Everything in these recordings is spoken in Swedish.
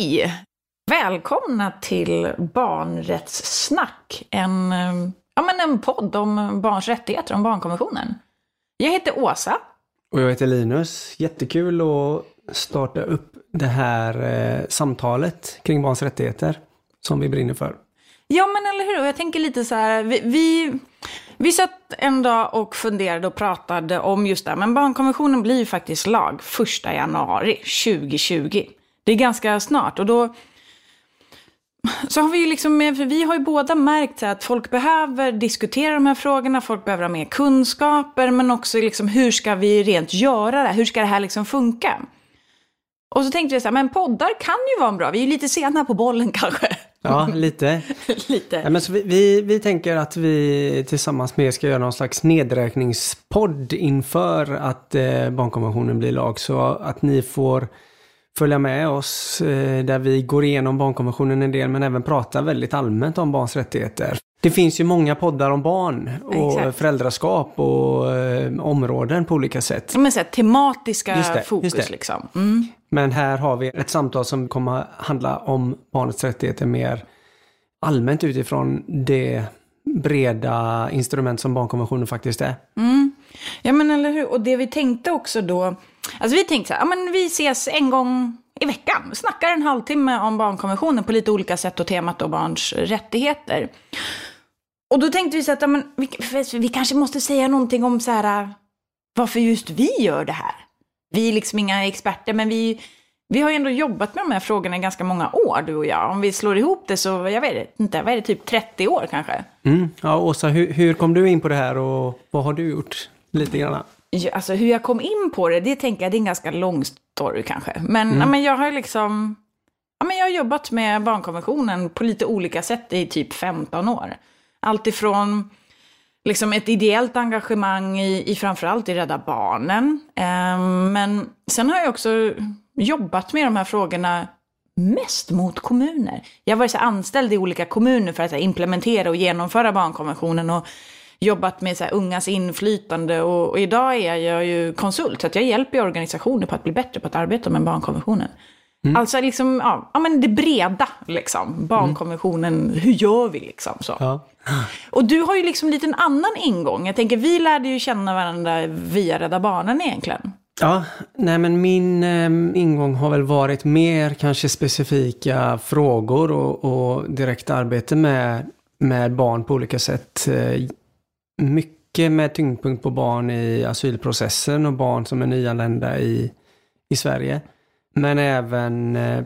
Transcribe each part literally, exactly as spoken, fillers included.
Hej! Välkomna till Barnrättssnack, en, ja, men en podd om barns rättigheter, om barnkonventionen. Jag heter Åsa. Och jag heter Linus. Jättekul att starta upp det här eh, samtalet kring barns rättigheter som vi brinner för. Ja, men eller hur? Jag tänker lite så här, vi, vi, vi satt en dag och funderade och pratade om just det, men barnkonventionen blir ju faktiskt lag första januari tjugohundratjugo. Det är ganska snart, och då så har vi ju liksom, för vi har ju båda märkt att folk behöver diskutera de här frågorna, folk behöver ha mer kunskaper, men också liksom hur ska vi rent göra det, hur ska det här liksom funka? Och så tänkte vi så här, men poddar kan ju vara bra, vi är ju lite sena på bollen kanske. Ja, lite. lite. Ja, men så vi, vi, vi tänker att vi tillsammans med er ska göra någon slags nedräkningspodd inför att eh, barnkonventionen blir lag, så att ni får följa med oss eh, där vi går igenom barnkonventionen en del, men även pratar väldigt allmänt om barns rättigheter. Det finns ju många poddar om barn och Exakt. föräldraskap och eh, områden på olika sätt. Men så här, tematiska just det, fokus just det. liksom. Mm. Men här har vi ett samtal som kommer handla om barnets rättigheter mer allmänt utifrån det breda instrument som barnkonventionen faktiskt är. Mm. Ja, men eller hur? Och det vi tänkte också då, alltså vi tänkte så här, ja, men vi ses en gång i veckan, snackar en halvtimme om barnkonventionen på lite olika sätt och temat och barns rättigheter. Och då tänkte vi så att ja, men vi, vi kanske måste säga någonting om så här, varför just vi gör det här. Vi är liksom inga experter, men vi, vi har ju ändå jobbat med de här frågorna i ganska många år, du och jag. Om vi slår ihop det så, jag vet inte, vad är det, typ trettio år kanske? Mm. Ja, Åsa, hur, hur kom du in på det här och vad har du gjort lite grann? Ja, alltså hur jag kom in på det, det tänker jag, det är en ganska lång story kanske. Men, mm. ja, men jag har liksom, ja, men jag har jobbat med barnkonventionen på lite olika sätt i typ femton år. Allt ifrån liksom ett ideellt engagemang i, i framförallt i Rädda Barnen. Um, men sen har jag också jobbat med de här frågorna mest mot kommuner. Jag har varit så anställd i olika kommuner för att så här, implementera och genomföra barnkonventionen och jobbat med så här, ungas inflytande. Och, och idag är jag ju konsult, så att jag hjälper organisationer på att bli bättre på att arbeta med barnkonventionen. Mm. Alltså liksom, ja, ja, men det breda liksom, barnkonventionen, mm. hur gör vi liksom så. Ja. Och du har ju liksom lite en annan ingång. Jag tänker, vi lärde ju känna varandra via Rädda Barnen egentligen. Ja, nej men min eh, ingång har väl varit mer kanske specifika frågor och, och direkt arbete med, med barn på olika sätt. Eh, mycket med tyngdpunkt på barn i asylprocessen och barn som är nyanlända i, i Sverige. Men även eh,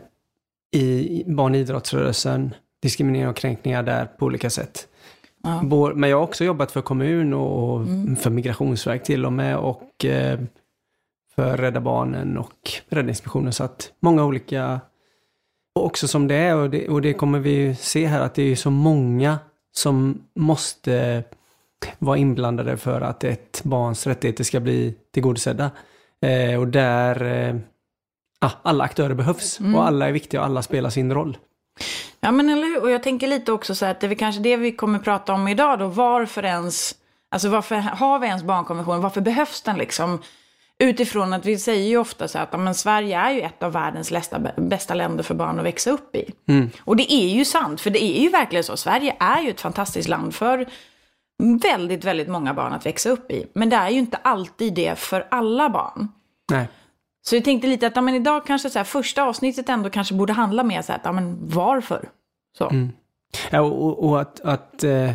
i barnidrottsrörelsen, diskriminering och kränkningar där på olika sätt. Ja. Bo, men jag har också jobbat för kommun och mm. för Migrationsverk till och med, och eh, för Rädda Barnen och Räddningsmissionen, så att många olika, och också som det är, och det, och det kommer vi ju se här, att det är så många som måste vara inblandade för att ett barns rättigheter ska bli tillgodosedda. Eh, och där eh, ah, alla aktörer behövs mm. och alla är viktiga och alla spelar sin roll. Ja, men eller hur? Och jag tänker lite också så att det är kanske det vi kommer prata om idag då, varför ens, alltså varför har vi ens barnkonvention, varför behövs den liksom? Utifrån att vi säger ju ofta så att ja, men Sverige är ju ett av världens bästa, bästa länder för barn att växa upp i. Mm. Och det är ju sant, för det är ju verkligen så. Sverige är ju ett fantastiskt land för väldigt, väldigt många barn att växa upp i. Men det är ju inte alltid det för alla barn. Nej. Så jag tänkte lite att ja, men idag kanske så här, första avsnittet ändå kanske borde handla mer så här, ja, men varför? Så. Mm. Ja, och, och att, att eh,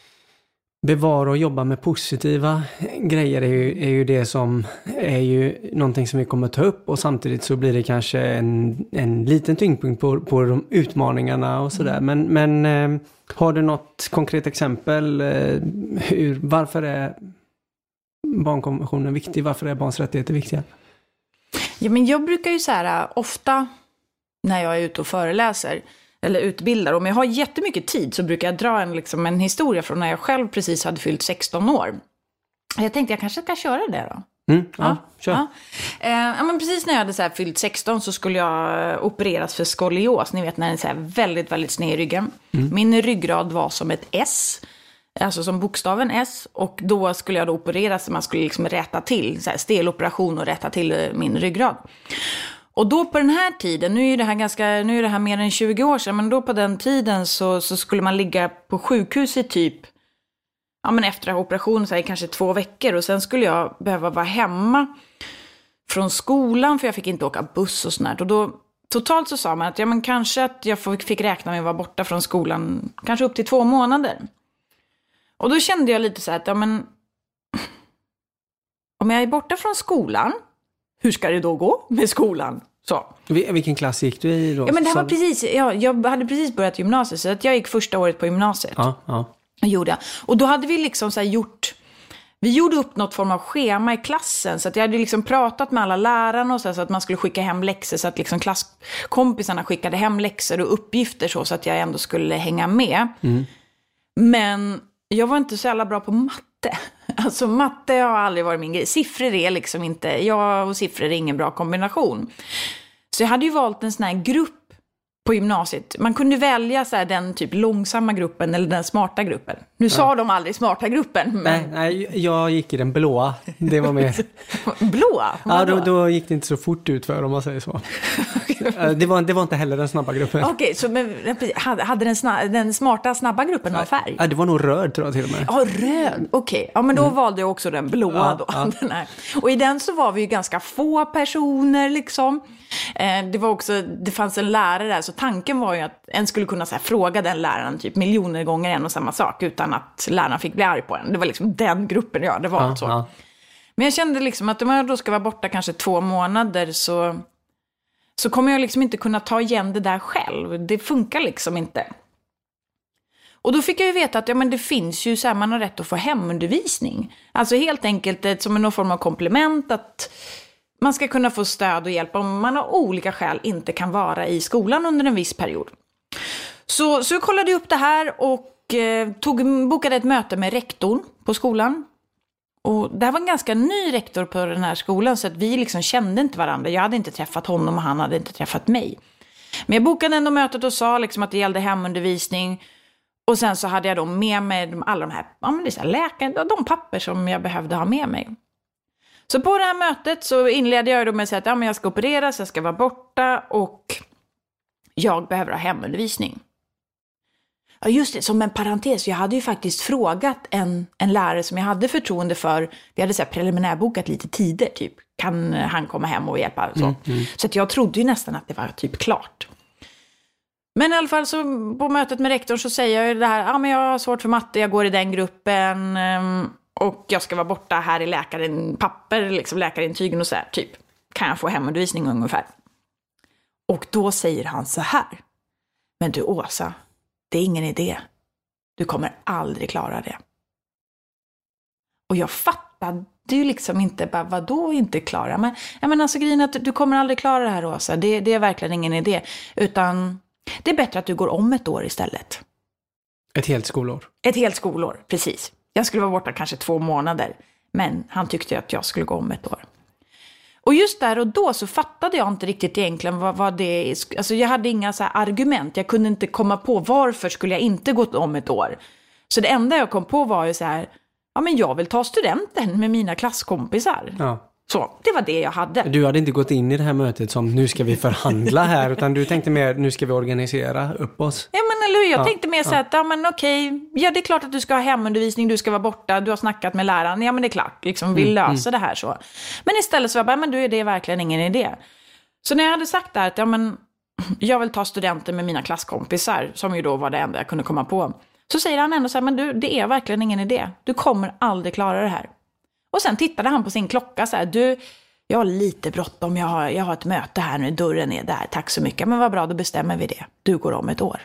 bevara och jobba med positiva grejer är ju, är ju det som är ju någonting som vi kommer ta upp, och samtidigt så blir det kanske en, en liten tyngdpunkt på, på de utmaningarna och sådär. Mm. Men, men eh, har du något konkret exempel? Eh, hur, varför är barnkonventionen viktig? Varför är barns rättigheter viktiga? Ja, men jag brukar ju så här, ofta när jag är ute och föreläser eller utbildar, om jag har jättemycket tid så brukar jag dra en, liksom, en historia från när jag själv precis hade fyllt sexton år. Jag tänkte jag kanske ska köra det då. Mm, ja, ja, kör. Ja. Eh, ja, men precis när jag hade så här fyllt sexton så skulle jag opereras för skolios. Ni vet när den är så här väldigt, väldigt sned i ryggen. Mm. Min ryggrad var som ett S. Alltså som bokstaven S. Och då skulle jag då opereras så man skulle liksom rätta till. Så här steloperation och rätta till min ryggrad. Och då på den här tiden, nu är ju det här ganska, nu är det här mer än tjugo år sedan, men då på den tiden så, så skulle man ligga på sjukhus i typ, ja men efter operationen så här, kanske två veckor. Och sen skulle jag behöva vara hemma från skolan för jag fick inte åka buss och sånt. Och då totalt så sa man att ja men kanske att jag fick räkna med att vara borta från skolan kanske upp till två månader. Och då kände jag lite så här att ja men om jag är borta från skolan, hur ska det då gå med skolan? Så. Vilken klass gick du i då? Ja men det var precis, ja, jag hade precis börjat gymnasiet så att jag gick första året på gymnasiet. Ja, ja. Och gjorde. Och då hade vi liksom så här gjort, vi gjorde upp något form av schema i klassen så att jag hade liksom pratat med alla lärarna och så, så att man skulle skicka hem läxor så att liksom klasskompisarna skickade hem läxor och uppgifter så, så att jag ändå skulle hänga med. Mm. Men jag var inte så jävla bra på matte. Alltså matte har aldrig varit min grej. Siffror är liksom inte, jag och siffror är ingen bra kombination. Så jag hade ju valt en sån här grupp på gymnasiet. Man kunde välja så här, den typ långsamma gruppen eller den smarta gruppen. Nu ja. sa de aldrig smarta gruppen. Men... Nej, nej, jag gick i den blåa. Det var mer... Blåa? Ja, då, då gick det inte så fort ut för om man säger så. det, var, det var inte heller den snabba gruppen. Okej, okay, så men, hade den, sna, den smarta snabba gruppen någon färg? Ja, det var nog röd tror jag till och med. Ja, röd. Okej, okay. Ja men då mm. valde jag också den blåa ja, då. Ja. Den här. Och i den så var vi ju ganska få personer liksom. Det var också, det fanns en lärare där så tanken var ju att en skulle kunna så här, fråga den läraren typ miljoner gånger en och samma sak utan att läraren fick bli arg på en. Det var liksom den gruppen, ja det var ja, så. Ja. Men jag kände liksom att om jag då ska vara borta kanske två månader så, så kommer jag liksom inte kunna ta igen det där själv. Det funkar liksom inte. Och då fick jag ju veta att ja, men det finns ju så här, man har rätt att få hemundervisning. Alltså helt enkelt som någon form av komplement att man ska kunna få stöd och hjälp om man av olika skäl inte kan vara i skolan under en viss period. Så, så jag kollade upp det här och eh, tog, bokade ett möte med rektorn på skolan. Och det här var en ganska ny rektor på den här skolan så att vi liksom kände inte varandra. Jag hade inte träffat honom och han hade inte träffat mig. Men jag bokade ändå mötet och sa liksom att det gällde hemundervisning. Och sen så hade jag då med mig alla de här, ja, men det är så här läkare, de papper som jag behövde ha med mig. Så på det här mötet så inledde jag då med att säga att ja, men jag ska opereras, jag ska vara borta och jag behöver ha hemundervisning. Ja just det, som en parentes, jag hade ju faktiskt frågat en, en lärare som jag hade förtroende för, vi hade så här preliminärbokat lite tider typ, kan han komma hem och hjälpa? Så, mm, mm. så att jag trodde ju nästan att det var typ klart. Men i alla fall så på mötet med rektorn så säger jag ju det här, ja men jag har svårt för matte, jag går i den gruppen och jag ska vara borta här i läkaren, papper, liksom läkarintygen och så här, typ. Kan jag få hemundervisning ungefär? Och då säger han så här, men du Åsa, det är ingen idé. Du kommer aldrig klara det. Och jag fattade ju liksom inte, bara, vadå inte klara? Men, ja, men alltså grejen att du kommer aldrig klara det här Åsa, det, det är verkligen ingen idé. Utan det är bättre att du går om ett år istället. Ett helt skolår? Ett helt skolår, precis. Jag skulle vara borta kanske två månader. Men han tyckte att jag skulle gå om ett år. Och just där och då så fattade jag inte riktigt egentligen vad, vad det är. Alltså jag hade inga så här argument. Jag kunde inte komma på varför skulle jag inte gå om ett år. Så det enda jag kom på var ju så här. Ja men jag vill ta studenten med mina klasskompisar. Ja. Så det var det jag hade. Du hade inte gått in i det här mötet som nu ska vi förhandla här. Utan du tänkte mer nu ska vi organisera upp oss. Ja men eller hur, jag ja, tänkte mer så ja. att ja men okej. Ja det är klart att du ska ha hemundervisning, du ska vara borta. Du har snackat med läraren, ja men det är klart. Liksom, vi mm, löser mm. det här så. Men istället så var jag bara, men du är det verkligen ingen idé. Så när jag hade sagt det här att ja men jag vill ta studenten med mina klasskompisar. Som ju då var det enda jag kunde komma på. Så säger han ändå så här, men du det är verkligen ingen idé. Du kommer aldrig klara det här. Och sen tittade han på sin klocka så här, du, jag har lite bråttom, jag har, jag har ett möte här nu, dörren är där, tack så mycket. Men vad bra, då bestämmer vi det. Du går om ett år.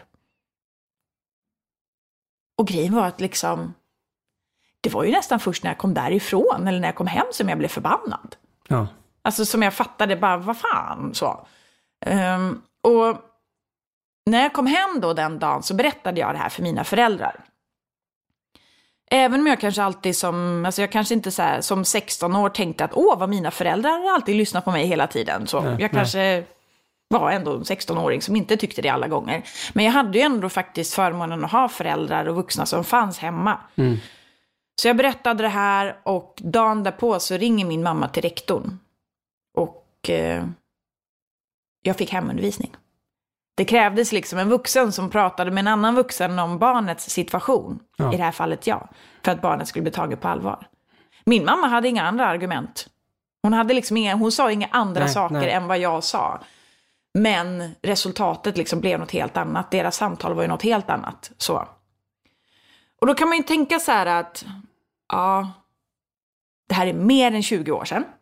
Och grejen var att liksom, det var ju nästan först när jag kom därifrån, eller när jag kom hem som jag blev förbannad. Ja. Alltså som jag fattade bara, vad fan, så. Um, och när jag kom hem då den dagen så berättade jag det här för mina föräldrar. Även om jag kanske alltid som, alltså jag kanske inte så här, som sexton år tänkte att åh vad mina föräldrar har alltid lyssnat på mig hela tiden. Så nej, jag kanske nej. var ändå en sexton-åring som inte tyckte det alla gånger. Men jag hade ju ändå faktiskt förmånen att ha föräldrar och vuxna som fanns hemma. Mm. Så jag berättade det här och dagen därpå så ringer min mamma till rektorn. Och eh, jag fick hemundervisning. Det krävdes liksom en vuxen som pratade med en annan vuxen om barnets situation. Ja. I det här fallet jag. För att barnet skulle bli taget på allvar. Min mamma hade inga andra argument. Hon, hade liksom inga, hon sa inga andra nej, saker nej. än vad jag sa. Men resultatet liksom blev något helt annat. Deras samtal var ju något helt annat. Så. Och då kan man ju tänka så här att ja, det här är mer än tjugo år sedan.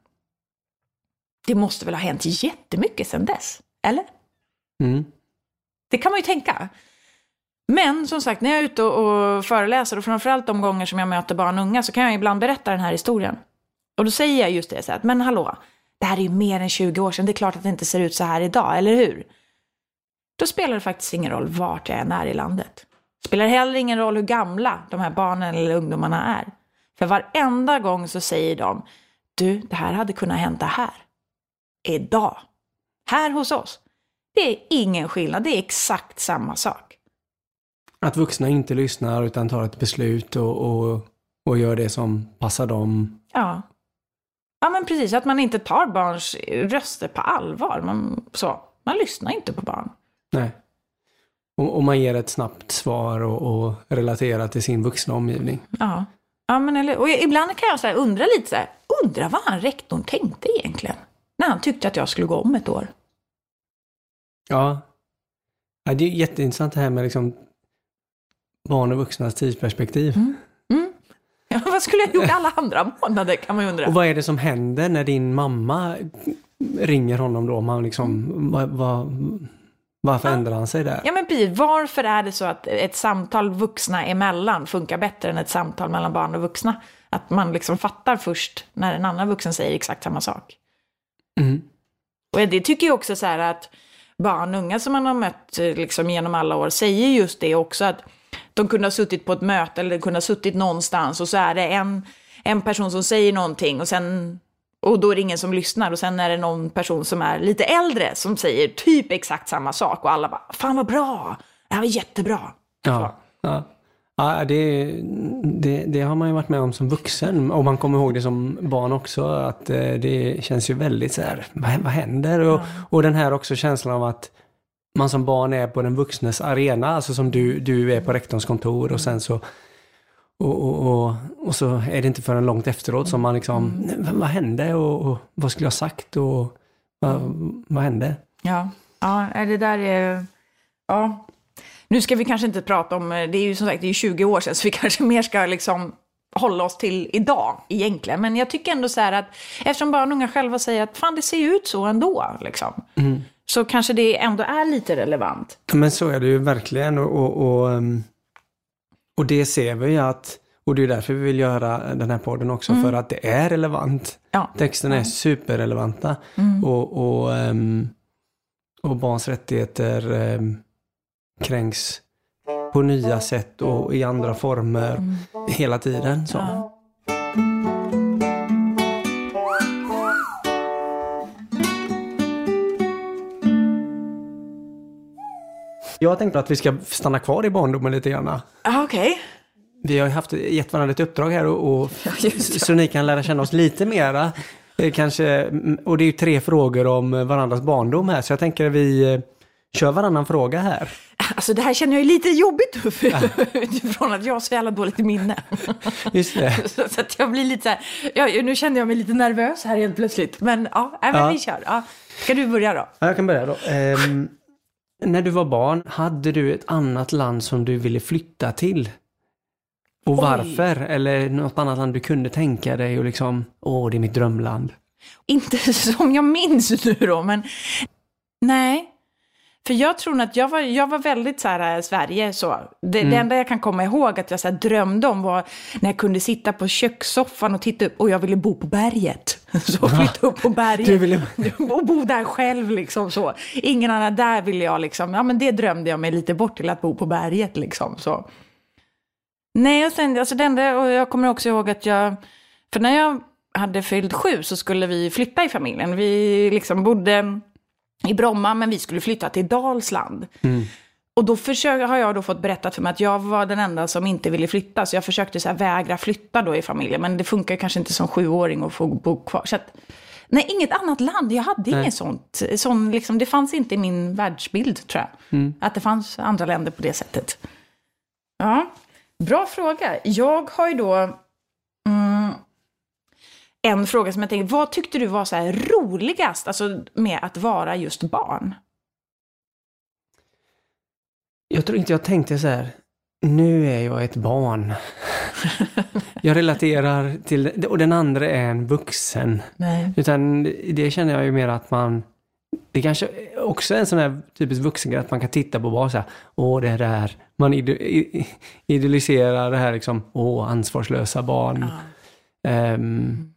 Det måste väl ha hänt jättemycket sedan dess, eller? Mm. Det kan man ju tänka. Men som sagt, när jag är ute och föreläser och framförallt de gånger som jag möter barn och unga så kan jag ibland berätta den här historien. Och då säger jag just det så här, men hallå, det här är ju mer än tjugo år sedan. Det är klart att det inte ser ut så här idag, eller hur? Då spelar det faktiskt ingen roll vart jag än är i landet. Det spelar heller ingen roll hur gamla de här barnen eller ungdomarna är. För varenda gång så säger de, du, det här hade kunnat hända här. Idag. Här hos oss. Det är ingen skillnad, det är exakt samma sak. Att vuxna inte lyssnar utan tar ett beslut och, och, och gör det som passar dem. Ja. Ja men precis, att man inte tar barns röster på allvar. Man, så, man lyssnar inte på barn. Nej. Och, och man ger ett snabbt svar och, och relaterar till sin vuxna omgivning. Ja. Ja men eller, och ibland kan jag så här undra lite så här, undra vad han rektorn tänkte egentligen. När han tyckte att jag skulle gå om ett år. Ja. Ja, det är jätteintressant det här med liksom barn och vuxnas tidsperspektiv. Mm. Mm. Ja, vad skulle jag gjort alla andra månader kan man ju undra. Och vad är det som händer när din mamma ringer honom då? Man liksom, vad, vad, varför ja. ändrar han sig där? Ja men precis, varför är det så att ett samtal vuxna emellan funkar bättre än ett samtal mellan barn och vuxna? Att man liksom fattar först när en annan vuxen säger exakt samma sak. Mm. Och det tycker jag också så här att barn och unga som man har mött liksom genom alla år säger just det också, att de kunde ha suttit på ett möte eller kunde ha suttit någonstans och så är det en, en person som säger någonting och sen och då är det ingen som lyssnar och sen är det någon person som är lite äldre som säger typ exakt samma sak och alla bara, fan vad bra, det här var jättebra. Ja, ja. Ja, det, det, det har man ju varit med om som vuxen och man kommer ihåg det som barn också, att det känns ju väldigt så här, vad, vad händer? Och, och den här också känslan av att man som barn är på den vuxnes arena, alltså som du, du är på rektorns kontor och sen så och, och, och, och så är det inte förrän långt efteråt som man liksom, vad, vad hände och, och vad skulle jag ha sagt och vad, vad hände? Ja, ja det där är, ja. Nu ska vi kanske inte prata om, det är ju som sagt det är tjugo år sedan så vi kanske mer ska liksom hålla oss till idag egentligen. Men jag tycker ändå så här att eftersom barn och unga själva säger att fan det ser ut så ändå liksom. Mm. Så kanske det ändå är lite relevant. Men så är det ju verkligen och, och, och, och det ser vi att, och det är därför vi vill göra den här podden också, mm. för att det är relevant. Ja. Texterna är superrelevanta mm. och, och, och barns rättigheter kränks på nya sätt och i andra former mm. hela tiden. Så. Ja. Jag tänkte att vi ska stanna kvar i barndomen lite grann. Ah, okej. Okay. Vi har ju haft, gett varandra ett uppdrag här och, och ja, så ni kan lära känna oss lite mera. Kanske, och det är ju tre frågor om varandras barndom här, så jag tänker att vi kör varannan fråga här. Alltså det här känner jag ju lite jobbigt utifrån att jag har så jävla dåligt minne. Just det. Så, så att jag blir lite så här, ja, nu känner jag mig lite nervös här helt plötsligt. Men ja, äh, men ja. vi kör. Ja. Ska du börja då? Ja, jag kan börja då. Um, när du var barn, hade du ett annat land som du ville flytta till? Och Oj. varför? Eller något annat land du kunde tänka dig och liksom, åh, det är mitt drömland. Inte som jag minns nu då, men nej. För jag tror att jag var, jag var väldigt så här Sverige så. Det, mm. det enda jag kan komma ihåg att jag så här drömde om var när jag kunde sitta på kökssoffan och titta upp och jag ville bo på berget. Så flytta upp på berget. Du ville... och bo där själv liksom så. Ingen annan där ville jag liksom. Ja men det drömde jag mig lite bort till att bo på berget liksom så. Nej och sen alltså det enda, och jag kommer också ihåg att jag, för när jag hade fyllt sju så skulle vi flytta i familjen. Vi liksom bodde i Bromma men vi skulle flytta till Dalsland. Mm. Och då försöker, har jag då fått berättat för mig att jag var den enda som inte ville flytta. Så jag försökte så här vägra flytta då i familjen. Men det funkar kanske inte som sjuåring att få bo kvar. Så att Nej, inget annat land. Jag hade Nej. inget sånt. Sån, liksom, det fanns inte i min världsbild, tror jag. Mm. Att det fanns andra länder på det sättet. Ja, bra fråga. Jag har ju då mm, en fråga som jag tänkte, vad tyckte du var så här roligast alltså, med att vara just barn? Jag tror inte jag tänkte så här, nu är jag ett barn. Jag relaterar till det, och den andra är en vuxen. Nej. Utan det känner jag ju mer att man, det kanske också är en sån här typisk vuxengrej att man kan titta på bara så här, åh det är där, man idealiserar det här liksom, åh ansvarslösa barn. Ja. Um,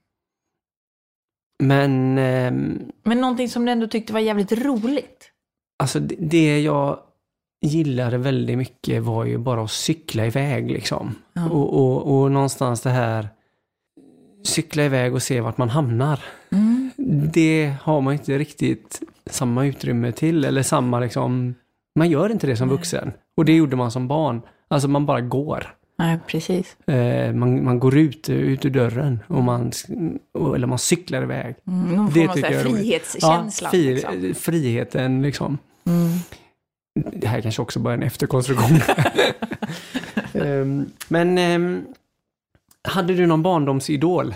men um, Men någonting som du ändå tyckte var jävligt roligt? alltså det, det jag gillade väldigt mycket var ju bara att cykla iväg liksom. Ja. Och, och, och någonstans det här cykla iväg och se vart man hamnar. Mm. Det har man inte riktigt samma utrymme till eller samma liksom, man gör inte det som Nej. vuxen. Och det gjorde man som barn. Alltså man bara går. Nej, precis. Eh, man, man går ut, ut ur dörren och man, eller man cyklar iväg. Mm, någon form av så här frihetskänsla. Ja, fri, liksom. friheten liksom. Mm. Det här kanske också bara är en efterkonstruktion. um, men um, hade du någon barndomsidol?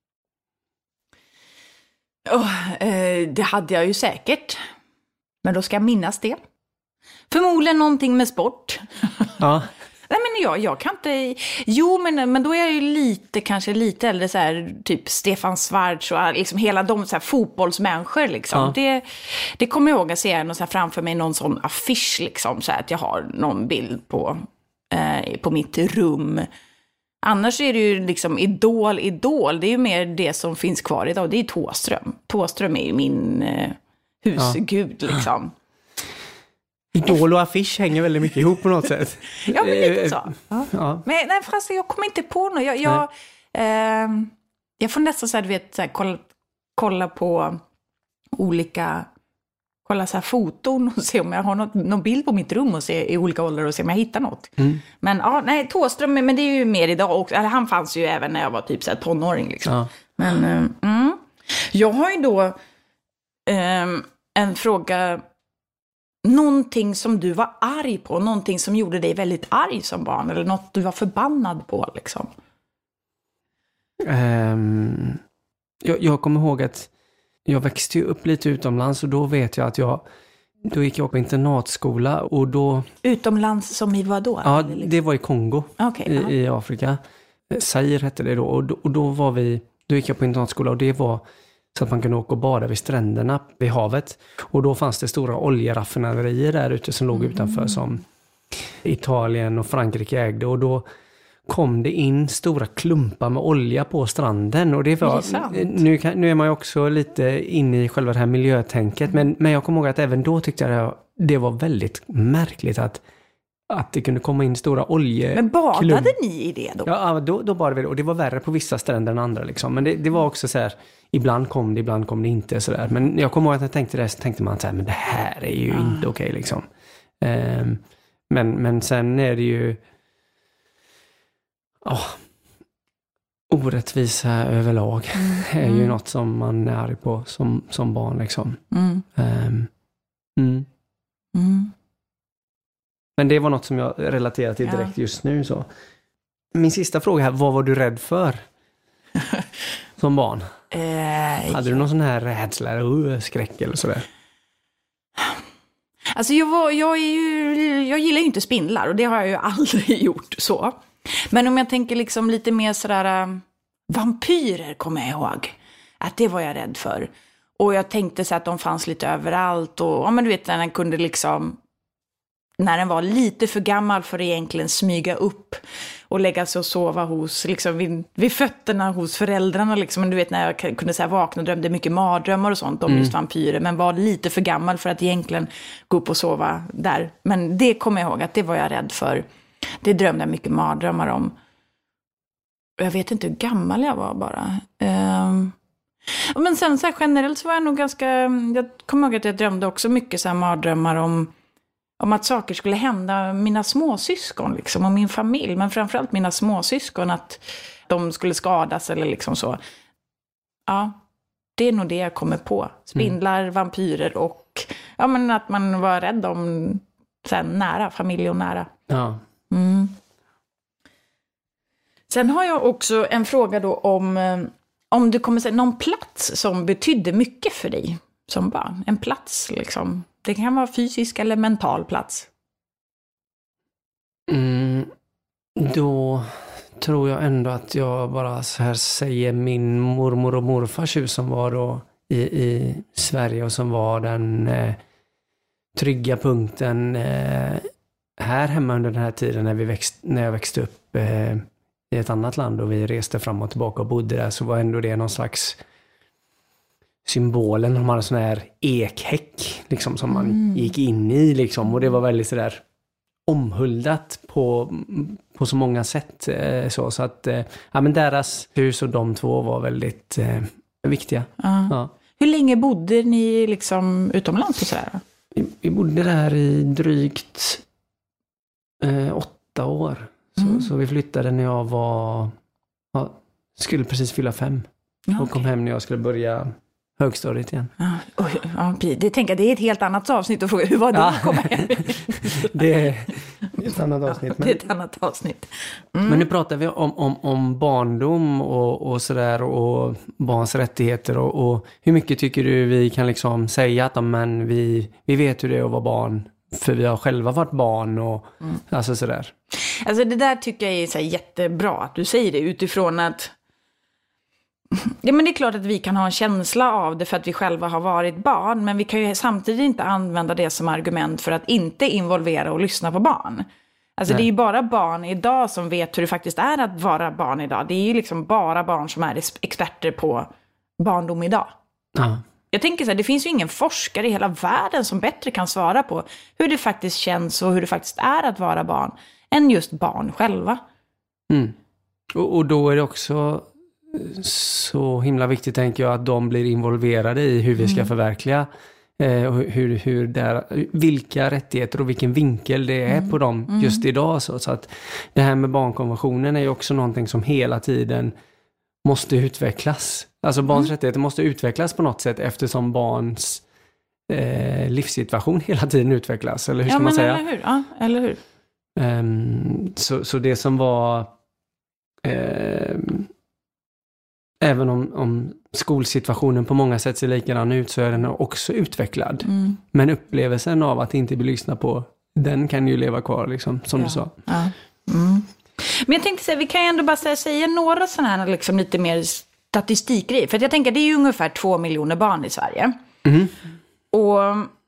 Oh, eh, det hade jag ju säkert. Men då ska jag minnas det. Förmodligen någonting med sport. Ja. Nej men jag, jag kan inte... Jo men, men då är jag ju lite, kanske lite äldre så här, typ Stefan Schwarz och liksom hela de så här, fotbollsmänniskor liksom. Ja. Det, det kommer jag ihåg att se någon, så här, framför mig någon sån affisch liksom. Så här, att jag har någon bild på, eh, på mitt rum. Annars är det ju liksom idol, idol. Det är ju mer det som finns kvar idag. Det är Thåström. Thåström är ju min eh, husgud ja. liksom. Idol och affisch hänger väldigt mycket ihop på något sätt. Ja, men lite så. Ja. Ja. Men nej, fast jag kommer inte på något. Jag, jag, eh, jag får nästan så här, du vet, så här, kolla, kolla på olika, kolla så här foton och se om jag har något, någon bild på mitt rum och se i olika åldrar och se om jag hittar något. Mm. Men ja, nej, Thåström, men det är ju mer idag också. Eller, han fanns ju även när jag var typ så här tonåring liksom. Ja. Men eh, mm. jag har ju då eh, en fråga. Någonting som du var arg på, någonting som gjorde dig väldigt arg som barn, eller något du var förbannad på liksom. Um, jag, jag kommer ihåg att jag växte ju upp lite utomlands och då vet jag att jag, då gick jag på internatskola och då... Utomlands som i vad då? Ja, det var i Kongo, okay, i, i Afrika. Zaire hette det då och, då och då var vi, då gick jag på internatskola och det var så att man kunde åka och bada vid stränderna, vid havet. Och då fanns det stora oljeraffinaderier där ute som låg utanför mm. som Italien och Frankrike ägde. Och då kom det in stora klumpar med olja på stranden. Och det var, det nu, kan, nu är man ju också lite inne i själva det här miljötänket. Men, men jag kommer ihåg att även då tyckte jag att det var väldigt märkligt att att det kunde komma in stora olje. Men badade klump. Ni i det då? Ja, då, då badade vi det. Och det var värre på vissa stränder än andra liksom. Men det, det var också så här, ibland kom det, ibland kom det inte så där. Men jag kommer ihåg att jag tänkte det, så tänkte man så här, men det här är ju ah. inte okej okay, liksom. Um, men, men sen är det ju oh, orättvisa överlag mm. är ju mm. något som man är arg på som, som barn liksom. Mm. Um, mm. Mm. Men det var något som jag relaterade till direkt ja. just nu. Så. Min sista fråga här, vad var du rädd för som barn? Eh, Hade du någon sån här rädsla eller skräck eller sådär? Alltså jag, var, jag, är ju, jag gillar ju inte spindlar och det har jag ju aldrig gjort så. Men om jag tänker liksom lite mer sådär, um, vampyrer kommer jag ihåg. Att det var jag rädd för. Och jag tänkte så att de fanns lite överallt och ja men du vet när den kunde liksom... När den var lite för gammal för att egentligen smyga upp och lägga sig och sova hos, liksom vid, vid fötterna hos föräldrarna. Liksom. Men du vet när jag kunde så här, vakna och drömde mycket mardrömmar och sånt om mm. just vampyrer. Men var lite för gammal för att egentligen gå upp och sova där. Men det kommer jag ihåg att det var jag rädd för. Det drömde jag mycket mardrömmar om. Jag vet inte hur gammal jag var bara. Um, men sen så här, generellt så var jag nog ganska... Jag kommer ihåg att jag drömde också mycket så här mardrömmar om... Om att saker skulle hända mina småsyskon liksom, och min familj. Men framförallt mina småsyskon, att de skulle skadas eller liksom så. Ja, Det är nog det jag kommer på. Spindlar, mm. vampyrer och ja, men att man var rädd om sen, nära, familj och nära. Ja. Mm. Sen har jag också en fråga då om, om du kommer säga någon plats som betydde mycket för dig som barn. En plats liksom. Det kan vara fysisk eller mental plats. Mm, då tror jag ändå att jag bara så här säger min mormor och morfars hus som var då i, i Sverige och som var den eh, trygga punkten eh, här hemma under den här tiden när, vi växt, när jag växte upp eh, i ett annat land och vi reste fram och tillbaka och bodde där, så var ändå det någon slags symbolen. De hade sån här ekhäck liksom, som man mm. gick in i liksom, och det var väldigt sådär omhuldat på, på så många sätt. Eh, så, så att eh, ja, men deras hus och de två var väldigt eh, viktiga. Uh. Ja. Hur länge bodde ni liksom utomlands och sådär? Vi, vi bodde där i drygt eh, åtta år. Så, mm. så vi flyttade när jag var ja, skulle precis fylla fem. Ja, och kom okay. hem när jag skulle börja högstadiet igen. Ja, oj, ja, det, tänker jag, det är ett helt annat avsnitt att fråga. Hur var det ja. att komma hem? det är ett annat avsnitt. Ja, det är ett annat avsnitt. Mm. Men nu pratar vi om, om, om barndom och, och sådär och barns rättigheter och, och hur mycket tycker du vi kan liksom säga att men vi, vi vet hur det är att vara barn för vi har själva varit barn och mm. alltså sådär. Alltså det där tycker jag är så här jättebra att du säger det utifrån att ja, men det är klart att vi kan ha en känsla av det för att vi själva har varit barn, men vi kan ju samtidigt inte använda det som argument för att inte involvera och lyssna på barn. Alltså Nej. Det är ju bara barn idag som vet hur det faktiskt är att vara barn idag. Det är ju liksom bara barn som är experter på barndom idag. Ja. Jag tänker så här, det finns ju ingen forskare i hela världen som bättre kan svara på hur det faktiskt känns och hur det faktiskt är att vara barn än just barn själva. Mm. Och, och då är det också så himla viktigt, tänker jag, att de blir involverade i hur vi ska mm. förverkliga eh, hur, hur där, vilka rättigheter och vilken vinkel det är mm. på dem mm. just idag. Så, så att det här med barnkonventionen är ju också någonting som hela tiden måste utvecklas. Alltså barns mm. rättigheter måste utvecklas på något sätt eftersom barns eh, livssituation hela tiden utvecklas. Eller hur ska ja, man men säga? Eller hur? Ja, eller hur? Um, så, så det som var um, även om, om skolsituationen på många sätt ser likadan ut så är den också utvecklad. Mm. Men upplevelsen av att inte bli lyssnad på, den kan ju leva kvar liksom, som ja. du sa. Ja. Mm. Men jag tänkte säga, vi kan ju ändå bara säga, säga några sådana här liksom lite mer statistikgrejer. För att jag tänker, det är ju ungefär två miljoner barn i Sverige. Mm. Och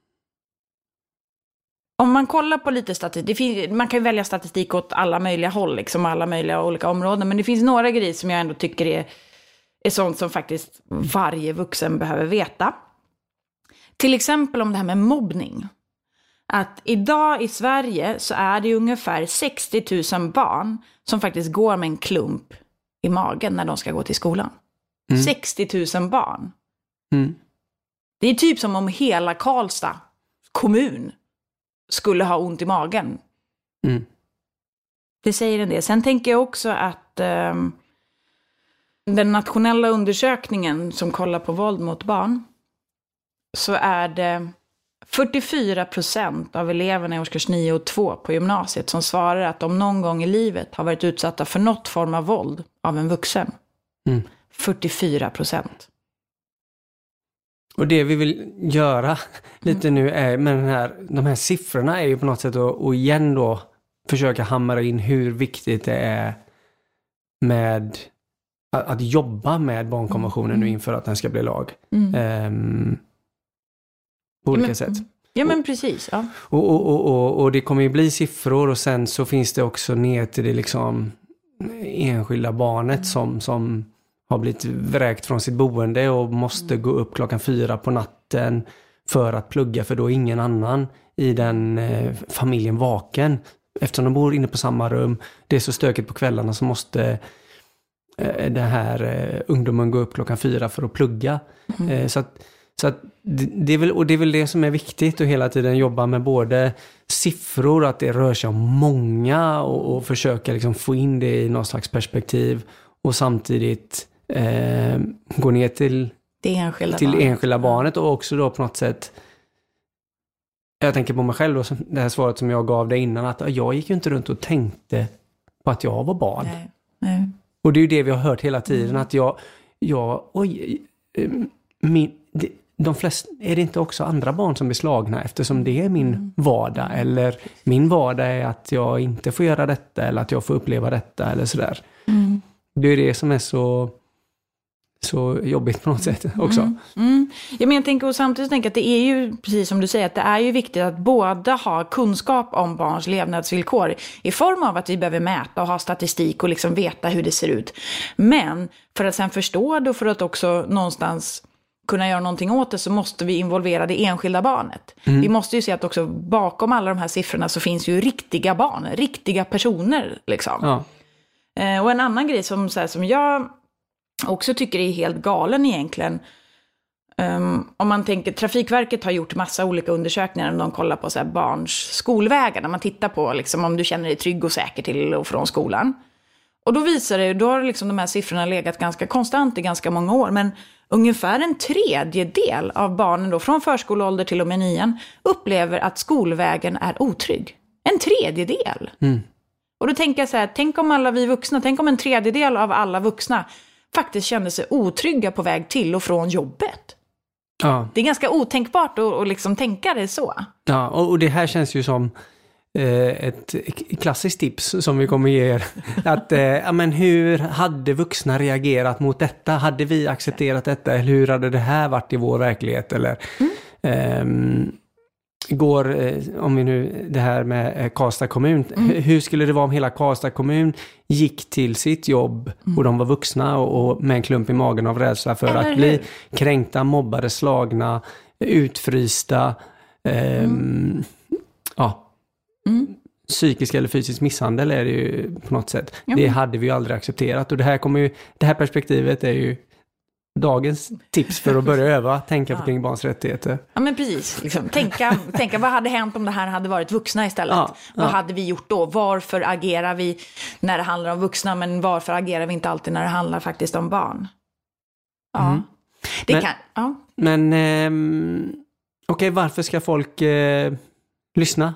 om man kollar på lite statistik, det finns, man kan ju välja statistik åt alla möjliga håll, liksom alla möjliga olika områden. Men det finns några grejer som jag ändå tycker är, är sånt som faktiskt varje vuxen behöver veta. Till exempel om det här med mobbning. Att idag i Sverige så är det ungefär sextio tusen barn som faktiskt går med en klump i magen när de ska gå till skolan. Mm. sextio tusen barn. Mm. Det är typ som om hela Karlstad kommun skulle ha ont i magen. Mm. Det säger en del. Sen tänker jag också att eh, den nationella undersökningen som kollar på våld mot barn, så är det fyrtiofyra procent av eleverna i årskurs nio och två på gymnasiet som svarar att de någon gång i livet har varit utsatta för något form av våld av en vuxen. Mm. fyrtiofyra procent. Och det vi vill göra lite nu är med den här, de här siffrorna är ju på något sätt att och igen då försöka hamra in hur viktigt det är med att, att jobba med barnkonventionen mm. nu inför att den ska bli lag. Mm. Um, på olika ja, men, sätt. Ja men precis. Ja. Och, och, och, och, och det kommer ju bli siffror och sen så finns det också ner till det liksom enskilda barnet mm. som, som har blivit vräkt från sitt boende och måste mm. gå upp klockan fyra på natten för att plugga, för då är ingen annan i den eh, familjen vaken. Eftersom de bor inne på samma rum, det är så stökigt på kvällarna, så måste eh, den här eh, ungdomen gå upp klockan fyra för att plugga. Mm. Eh, så att, så att det, det är väl, och det är väl det som är viktigt, att hela tiden jobba med både siffror, att det rör sig om många och, och försöka liksom få in det i någon slags perspektiv, och samtidigt eh, gå ner till Det enskilda till barnet. enskilda barnet och också då på något sätt, jag tänker på mig själv då, det här svaret som jag gav dig innan, att jag gick ju inte runt och tänkte på att jag var barn. Nej. Nej. Och det är ju det vi har hört hela tiden, mm. att jag, jag oj, min, det, de flesta, är det inte också andra barn som blir slagna eftersom det är min mm. vardag, eller min vardag är att jag inte får göra detta eller att jag får uppleva detta eller sådär. Mm. Det är det som är så så jobbigt på något sätt också. Mm. Mm. Ja, men jag tänker och samtidigt tänker att det är ju precis som du säger, att det är ju viktigt att båda ha kunskap om barns levnadsvillkor i form av att vi behöver mäta och ha statistik och liksom veta hur det ser ut. Men för att sen förstå det och för att också någonstans kunna göra någonting åt det, så måste vi involvera det enskilda barnet. Mm. Vi måste ju se att också bakom alla de här siffrorna så finns ju riktiga barn, riktiga personer liksom. Ja. Eh, och en annan grej som, så här, som jag också tycker är helt galen egentligen. Um, om man tänker, Trafikverket har gjort massa olika undersökningar när de kollar på så här barns skolvägar. När man tittar på liksom, om du känner dig trygg och säker till och från skolan. Och då visar det, då har liksom de här siffrorna legat ganska konstant i ganska många år. Men ungefär en tredjedel av barnen då, från förskoleålder till och med nian, upplever att skolvägen är otrygg. En tredjedel. Mm. Och då tänker jag så här, tänk om alla vi vuxna, tänk om en tredjedel av alla vuxna faktiskt kände sig otrygga på väg till och från jobbet. Ja. Det är ganska otänkbart att, att liksom tänka det så. Ja, och det här känns ju som eh, ett klassiskt tips som vi kommer ge er. Att, eh, ja, men hur hade vuxna reagerat mot detta? Hade vi accepterat detta? Eller hur hade det här varit i vår verklighet? Eller... Mm. Ehm, Går, om vi nu, det här med Karlstad kommun, mm. hur skulle det vara om hela Karlstad kommun gick till sitt jobb mm. och de var vuxna och, och med en klump i magen av rädsla för Eller att hur? bli kränkta, mobbade, slagna, utfrysta, eh, mm. ja, mm. psykisk eller fysisk misshandel är det ju på något sätt. Mm. Det hade vi ju aldrig accepterat, och det här kommer ju, det här perspektivet är ju dagens tips för att börja öva, tänka på ja. kring barns rättigheter. Ja, men precis. Liksom. Tänka, tänka, vad hade hänt om det här hade varit vuxna istället? Ja, vad ja. hade vi gjort då? Varför agerar vi när det handlar om vuxna, men varför agerar vi inte alltid när det handlar faktiskt om barn? Ja. Mm. Det men, kan, ja. Men eh, okej, okay, varför ska folk eh, lyssna?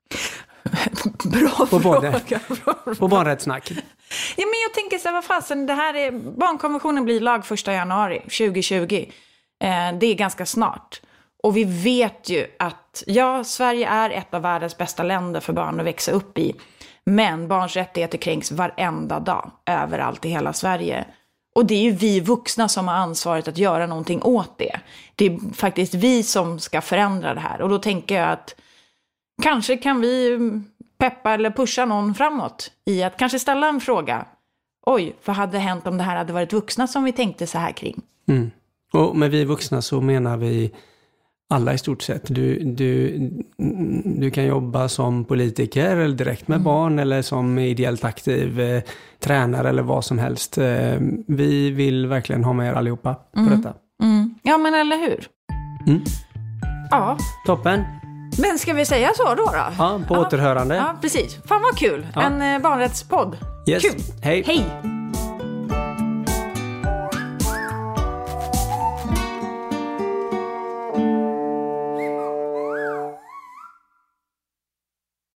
Bra på fråga. På barnrättssnack. Ja, men jag tänker så här, vad fasen, det här är, barnkonventionen blir lag första januari tjugohundratjugo. Eh, det är ganska snart. Och vi vet ju att, ja, Sverige är ett av världens bästa länder för barn att växa upp i. Men barns rättigheter kränks varenda dag, överallt i hela Sverige. Och det är ju vi vuxna som har ansvaret att göra någonting åt det. Det är faktiskt vi som ska förändra det här. Och då tänker jag att kanske kan vi peppa eller pusha någon framåt i att kanske ställa en fråga. Oj, vad hade hänt om det här hade varit vuxna som vi tänkte så här kring? Mm. Och med vi vuxna så menar vi alla i stort sett. Du, du, du kan jobba som politiker eller direkt med mm. barn eller som ideellt aktiv eh, tränare eller vad som helst. Eh, vi vill verkligen ha med er allihopa på mm. detta. Mm. Ja, men eller hur? Mm. Ja. Toppen. Men ska vi säga så då då? Ja, på ja. återhörande. Ja, precis. Fan vad kul. Ja. En eh, barnrättspodd. Yes. Kul. Hej. Hej.